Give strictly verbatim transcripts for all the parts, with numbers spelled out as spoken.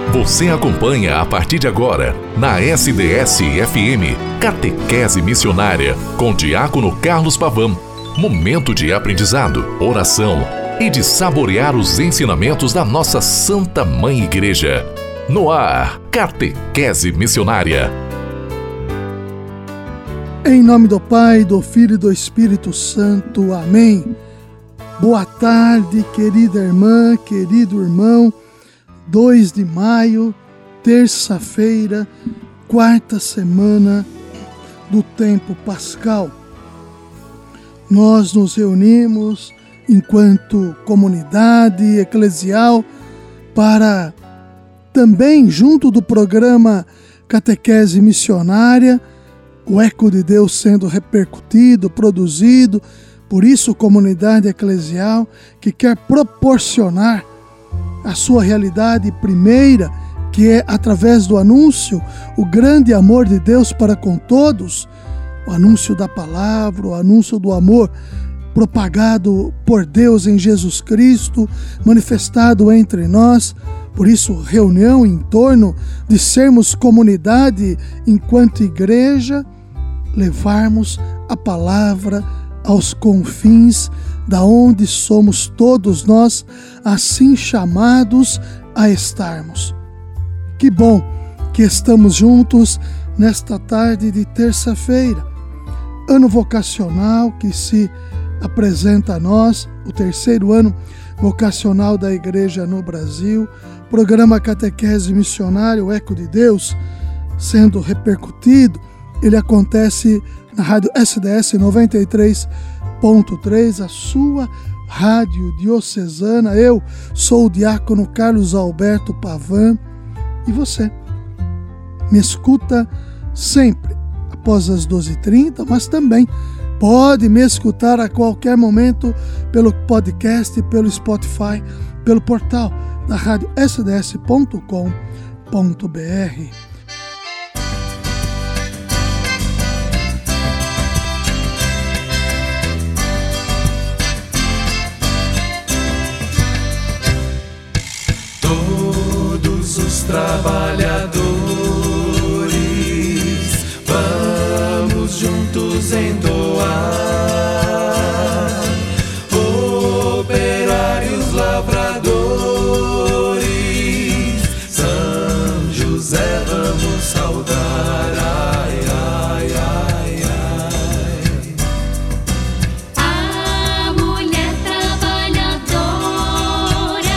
Você acompanha a partir de agora, na S D S F M, Catequese Missionária, com Diácono Carlos Pavão. Momento de aprendizado, oração e de saborear os ensinamentos da nossa Santa Mãe Igreja. No ar, Catequese Missionária. Em nome do Pai, do Filho e do Espírito Santo. Amém. Boa tarde, querida irmã, querido irmão. dois de maio, terça-feira, quarta semana do tempo pascal. Nós nos reunimos enquanto comunidade eclesial para também, junto do programa Catequese Missionária, o eco de Deus sendo repercutido, produzido, por isso comunidade eclesial que quer proporcionar a sua realidade primeira, que é através do anúncio, o grande amor de Deus para com todos, o anúncio da palavra, o anúncio do amor propagado por Deus em Jesus Cristo, manifestado entre nós. Por isso, reunião em torno de sermos comunidade enquanto igreja, levarmos a palavra aos confins da onde somos todos nós assim chamados a estarmos. Que bom que estamos juntos nesta tarde de terça-feira, ano vocacional que se apresenta a nós, o terceiro ano vocacional da Igreja no Brasil, programa Catequese Missionária, o Eco de Deus, sendo repercutido. Ele acontece na rádio S D S noventa e três ponto três, a sua rádio diocesana. Eu sou o diácono Carlos Alberto Pavão e você me escuta sempre após as doze e trinta, mas também pode me escutar a qualquer momento pelo podcast, pelo Spotify, pelo portal da rádio S D S ponto com ponto B R. Os trabalhadores, vamos juntos entoar. Operários, lavradores, São José vamos saudar. Ai, ai, ai, ai. A mulher trabalhadora,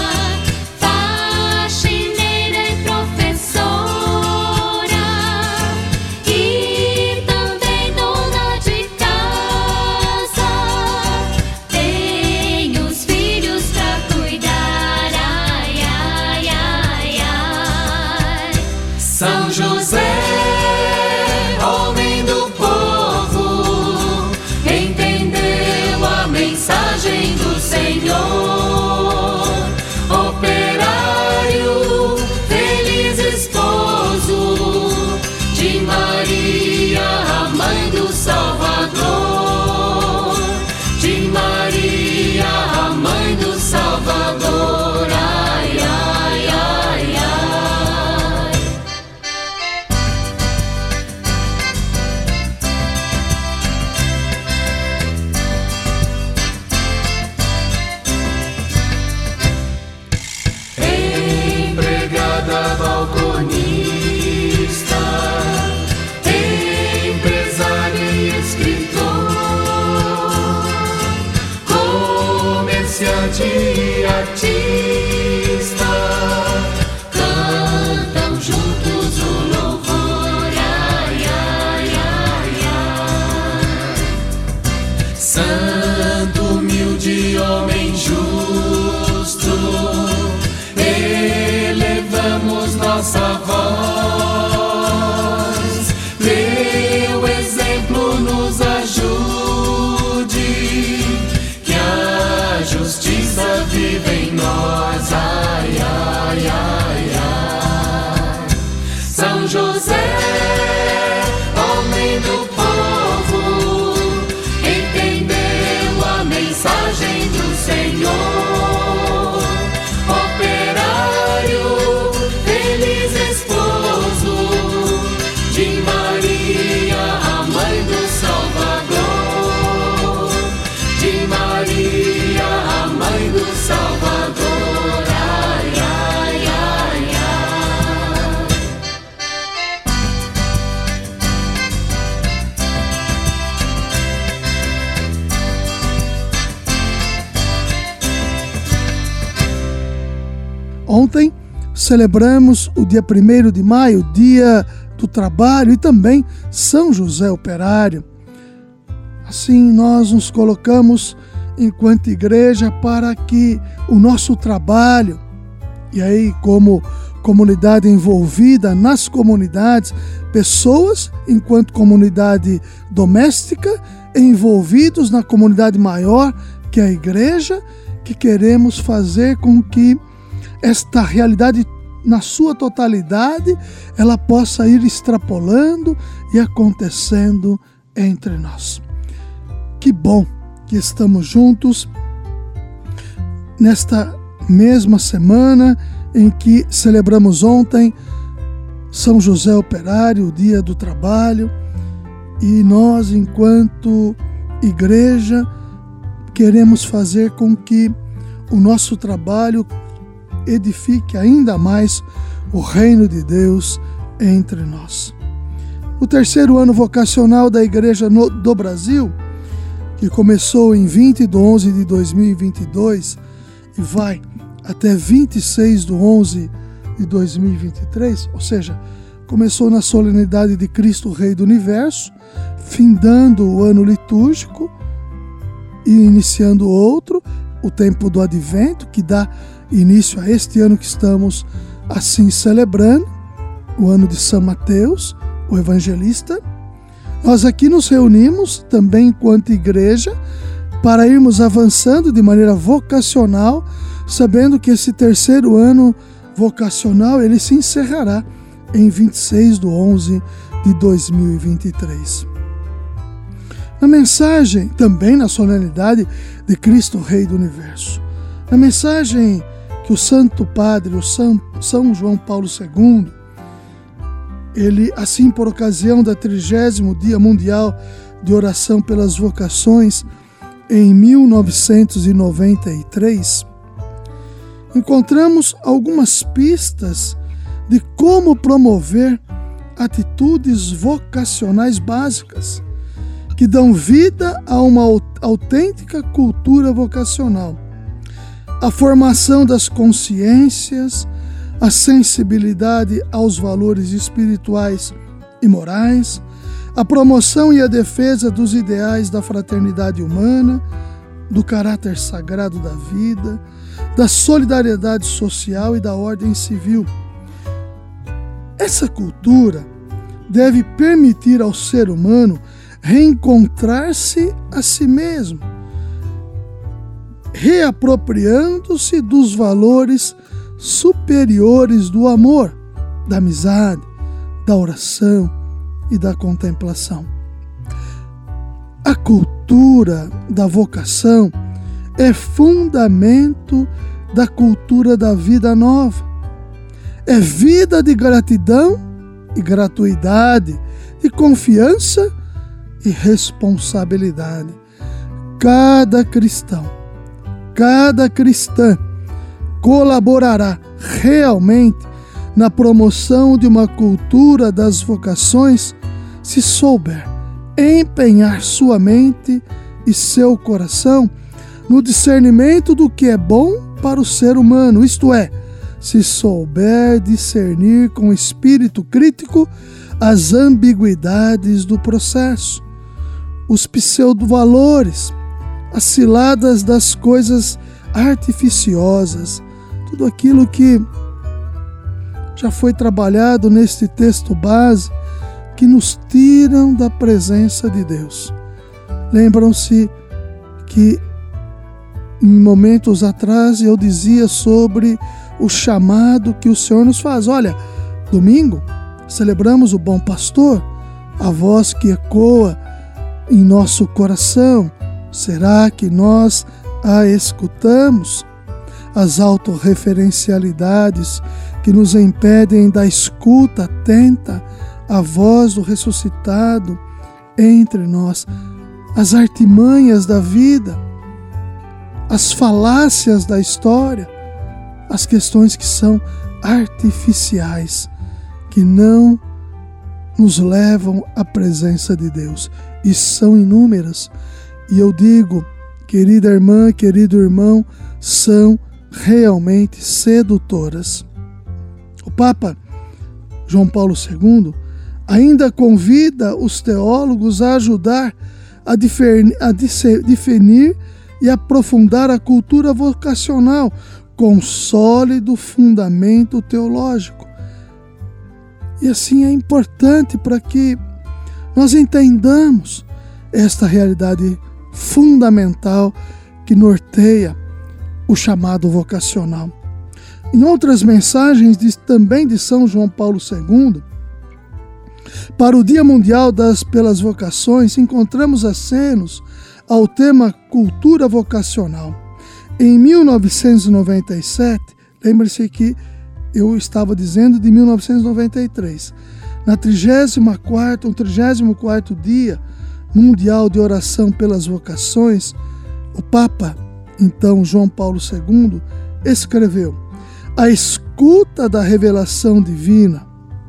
São José, homem do povo, entendeu a mensagem do Senhor. Operário, feliz esposo de Maria, a mãe do Salvador. De Maria, a mãe do Salvador. Ai, ai, ai, ai. Balconista, empresário e escritor, comerciante e artista, cantam juntos o louvor. Ai, ai, ai, ai. Santo, humilde, homem justo, elevamos nossa voz, teu exemplo nos ajude, que a justiça vive em nós. Ai, ai, ai, ai. São José, homem do povo, entendeu a mensagem do Senhor. Operário, Ontem celebramos o dia primeiro de maio, dia do trabalho, e também São José Operário. Assim, nós nos colocamos enquanto igreja para que o nosso trabalho, e aí como comunidade envolvida nas comunidades, pessoas enquanto comunidade doméstica, envolvidos na comunidade maior, que é a igreja, que queremos fazer com que esta realidade, na sua totalidade, ela possa ir extrapolando e acontecendo entre nós. Que bom que estamos juntos nesta mesma semana em que celebramos ontem São José Operário, o Dia do Trabalho, e nós, enquanto igreja, queremos fazer com que o nosso trabalho edifique ainda mais o reino de Deus entre nós. O terceiro ano vocacional da Igreja no, do Brasil, que começou em vinte de onze de dois mil e vinte e dois e vai até vinte e seis de onze de dois mil e vinte e três, ou seja, começou na solenidade de Cristo Rei do Universo, findando o ano litúrgico e iniciando outro, o tempo do Advento, que dá início a este ano que estamos assim celebrando, o ano de São Mateus, o Evangelista. Nós aqui nos reunimos também enquanto igreja para irmos avançando de maneira vocacional, sabendo que esse terceiro ano vocacional ele se encerrará em vinte e seis de onze de dois mil e vinte e três. Na mensagem, também na solenidade de Cristo Rei do Universo, na mensagem que o Santo Padre, o São, São João Paulo segundo, ele, assim por ocasião da trigésimo Dia Mundial de Oração pelas Vocações, em mil novecentos e noventa e três, encontramos algumas pistas de como promover atitudes vocacionais básicas que dão vida a uma autêntica cultura vocacional. A formação das consciências, a sensibilidade aos valores espirituais e morais, a promoção e a defesa dos ideais da fraternidade humana, do caráter sagrado da vida, da solidariedade social e da ordem civil. Essa cultura deve permitir ao ser humano reencontrar-se a si mesmo, reapropriando-se dos valores superiores do amor, da amizade, da oração e da contemplação. A cultura da vocação é fundamento da cultura da vida nova. É vida de gratidão e gratuidade, de confiança e responsabilidade. Cada cristão, cada cristã colaborará realmente na promoção de uma cultura das vocações se souber empenhar sua mente e seu coração no discernimento do que é bom para o ser humano, isto é, se souber discernir com espírito crítico as ambiguidades do processo, os pseudo-valores, as ciladas das coisas artificiosas, tudo aquilo que já foi trabalhado neste texto base, que nos tiram da presença de Deus. Lembram-se que em momentos atrás eu dizia sobre o chamado que o Senhor nos faz. Olha, domingo celebramos o Bom Pastor, a voz que ecoa em nosso coração. Será que nós a escutamos? As autorreferencialidades que nos impedem da escuta atenta à voz do ressuscitado entre nós, as artimanhas da vida, as falácias da história, as questões que são artificiais, que não nos levam à presença de Deus. E são inúmeras. E eu digo, querida irmã, querido irmão, são realmente sedutoras. O Papa João Paulo segundo ainda convida os teólogos a ajudar a, difer- a definir e aprofundar a cultura vocacional com sólido fundamento teológico. E assim é importante para que nós entendamos esta realidade fundamental que norteia o chamado vocacional. Em outras mensagens de, também de São João Paulo segundo, para o Dia Mundial das Pelas Vocações, encontramos acenos ao tema cultura vocacional. Em mil novecentos e noventa e sete, lembre-se que eu estava dizendo de mil novecentos e noventa e três, na trigésima quarta, o trigésimo quarto Dia Mundial de Oração pelas Vocações, o Papa, então João Paulo segundo, escreveu: a escuta da revelação divina,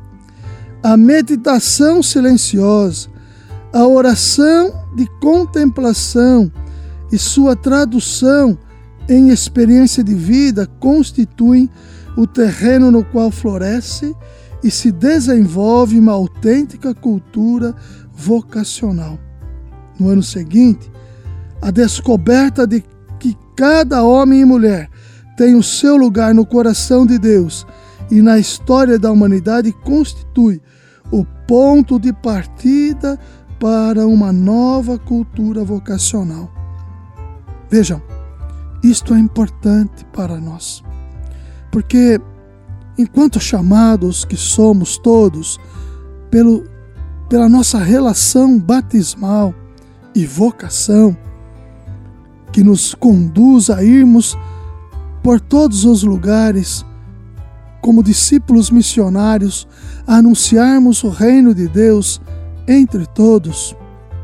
a meditação silenciosa, a oração de contemplação e sua tradução em experiência de vida constituem o terreno no qual floresce e se desenvolve uma autêntica cultura vocacional. No ano seguinte, a descoberta de que cada homem e mulher tem o seu lugar no coração de Deus e na história da humanidade constitui o ponto de partida para uma nova cultura vocacional. Vejam, isto é importante para nós, porque enquanto chamados que somos todos pelo, pela nossa relação batismal e vocação, que nos conduz a irmos por todos os lugares, como discípulos missionários, a anunciarmos o reino de Deus entre todos.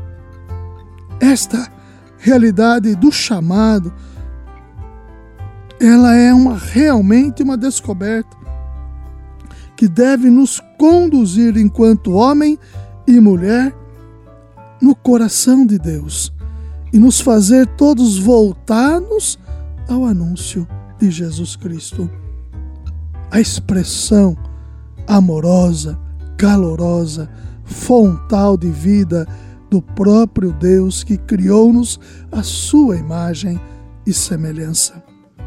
Esta realidade do chamado, ela é uma, realmente uma descoberta que deve nos conduzir enquanto homem e mulher no coração de Deus e nos fazer todos voltados ao anúncio de Jesus Cristo. A expressão amorosa, calorosa, fontal de vida do próprio Deus que criou-nos à sua imagem e semelhança.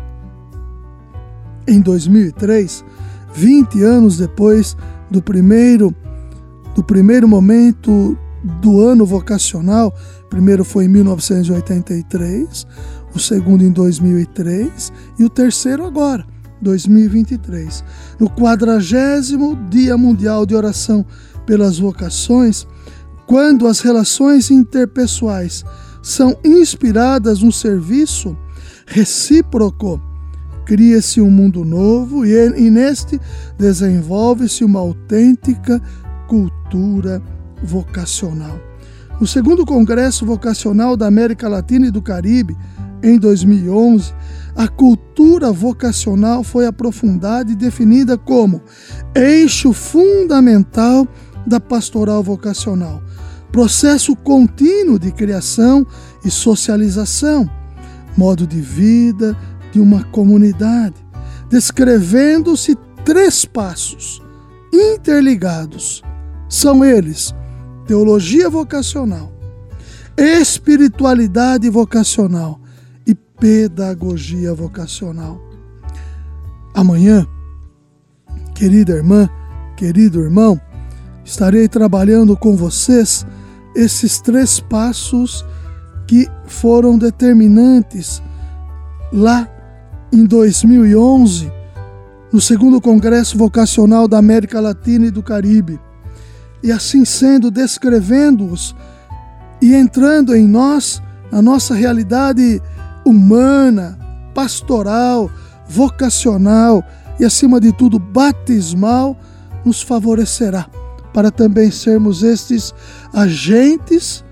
Em dois mil e três, vinte anos depois do primeiro, do primeiro momento do ano vocacional, o primeiro foi em mil novecentos e oitenta e três, o segundo em dois mil e três e o terceiro agora, dois mil e vinte e três. No quadragésimo Dia Mundial de Oração pelas Vocações, quando as relações interpessoais são inspiradas no serviço recíproco, cria-se um mundo novo e, e neste desenvolve-se uma autêntica cultura vocacional. No segundo Congresso Vocacional da América Latina e do Caribe, em dois mil e onze, a cultura vocacional foi aprofundada e definida como eixo fundamental da pastoral vocacional, processo contínuo de criação e socialização, modo de vida de uma comunidade, descrevendo-se três passos interligados. São eles: teologia vocacional, espiritualidade vocacional e pedagogia vocacional. Amanhã, querida irmã, querido irmão, estarei trabalhando com vocês esses três passos que foram determinantes lá em dois mil e onze, no segundo Congresso Vocacional da América Latina e do Caribe. E assim sendo, descrevendo-os e entrando em nós, na nossa realidade humana, pastoral, vocacional e, acima de tudo, batismal, nos favorecerá para também sermos estes agentes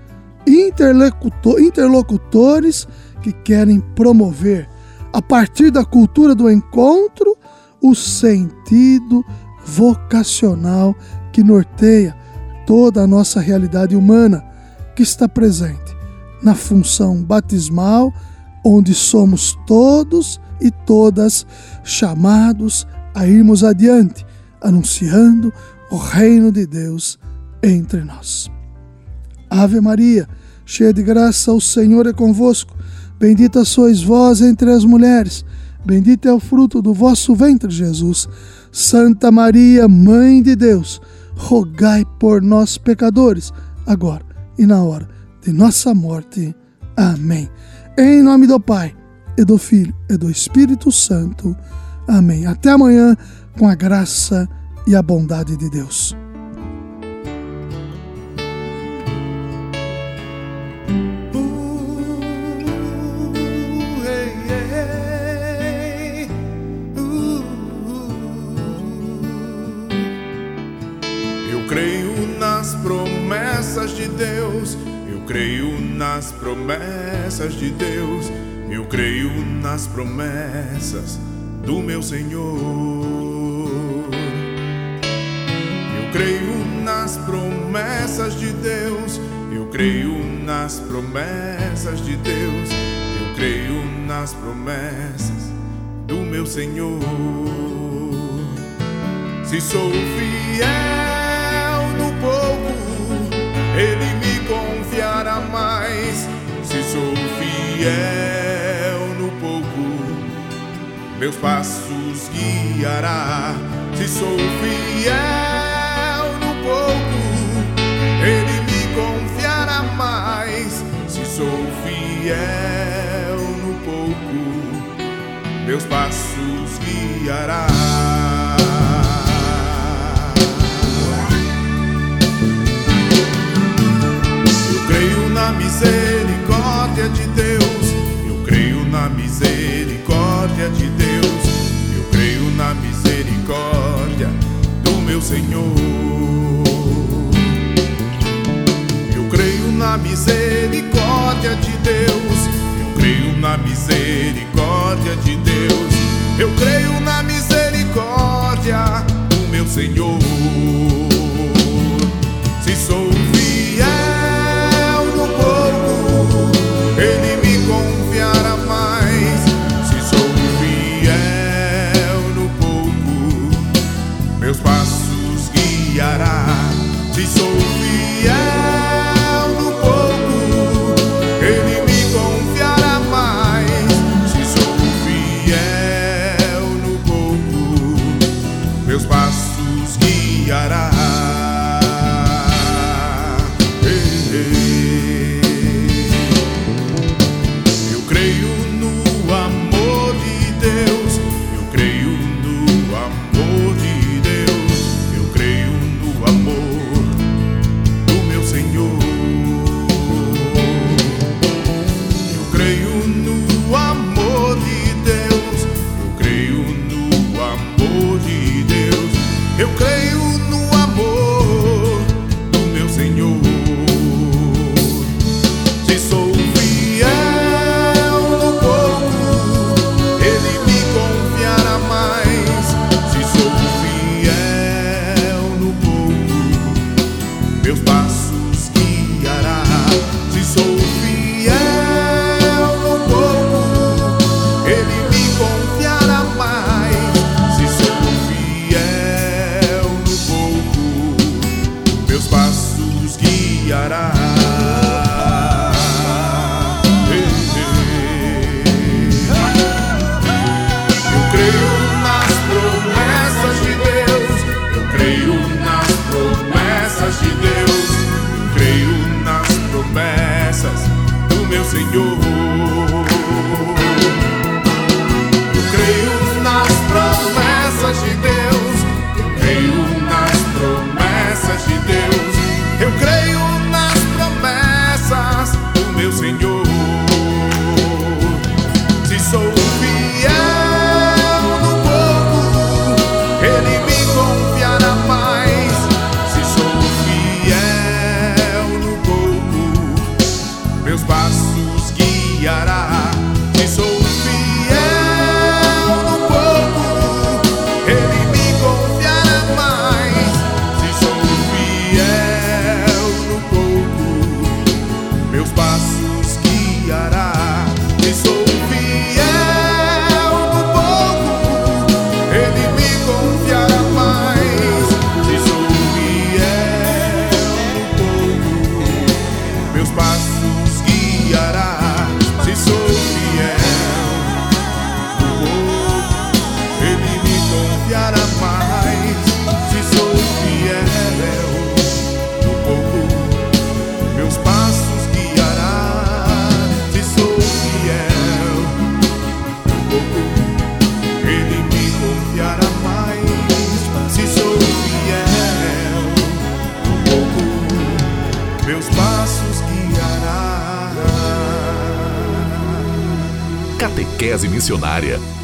interlocutores que querem promover, a partir da cultura do encontro, o sentido vocacional que norteia toda a nossa realidade humana, que está presente na função batismal, onde somos todos e todas chamados a irmos adiante, anunciando o reino de Deus entre nós. Ave Maria, cheia de graça, o Senhor é convosco. Bendita sois vós entre as mulheres, bendito é o fruto do vosso ventre, Jesus. Santa Maria, Mãe de Deus, rogai por nós, pecadores, agora e na hora de nossa morte. Amém. Em nome do Pai, e do Filho, e do Espírito Santo. Amém. Até amanhã, com a graça e a bondade de Deus. Eu creio nas promessas de Deus, eu creio nas promessas de Deus, eu creio nas promessas do meu Senhor. Eu creio nas promessas de Deus, eu creio nas promessas de Deus, eu creio nas promessas do meu Senhor. Se sou fiel no pouco, Ele me confiará mais. Se sou fiel no pouco, meus passos guiará. Se sou fiel no pouco, Ele me confiará mais. Se sou fiel no pouco, meus passos guiará. Na misericórdia de Deus, eu creio na misericórdia de Deus, eu creio na misericórdia do meu Senhor. Eu creio na misericórdia de Deus, eu creio na misericórdia de Deus, eu creio na misericórdia do meu Senhor. Se sou fiel, Ele me confiará mais. Se sou fiel no pouco, meus passos guiará. Se sou fiel no pouco, Ele me confiará mais. Se sou fiel no confiará mais. Se sou fiel no pouco, meus passos guiará. Se sou fiel no pouco, Ele me confiará mais. Se sou fiel no pouco, meus passos guiará. Catequese Missionária.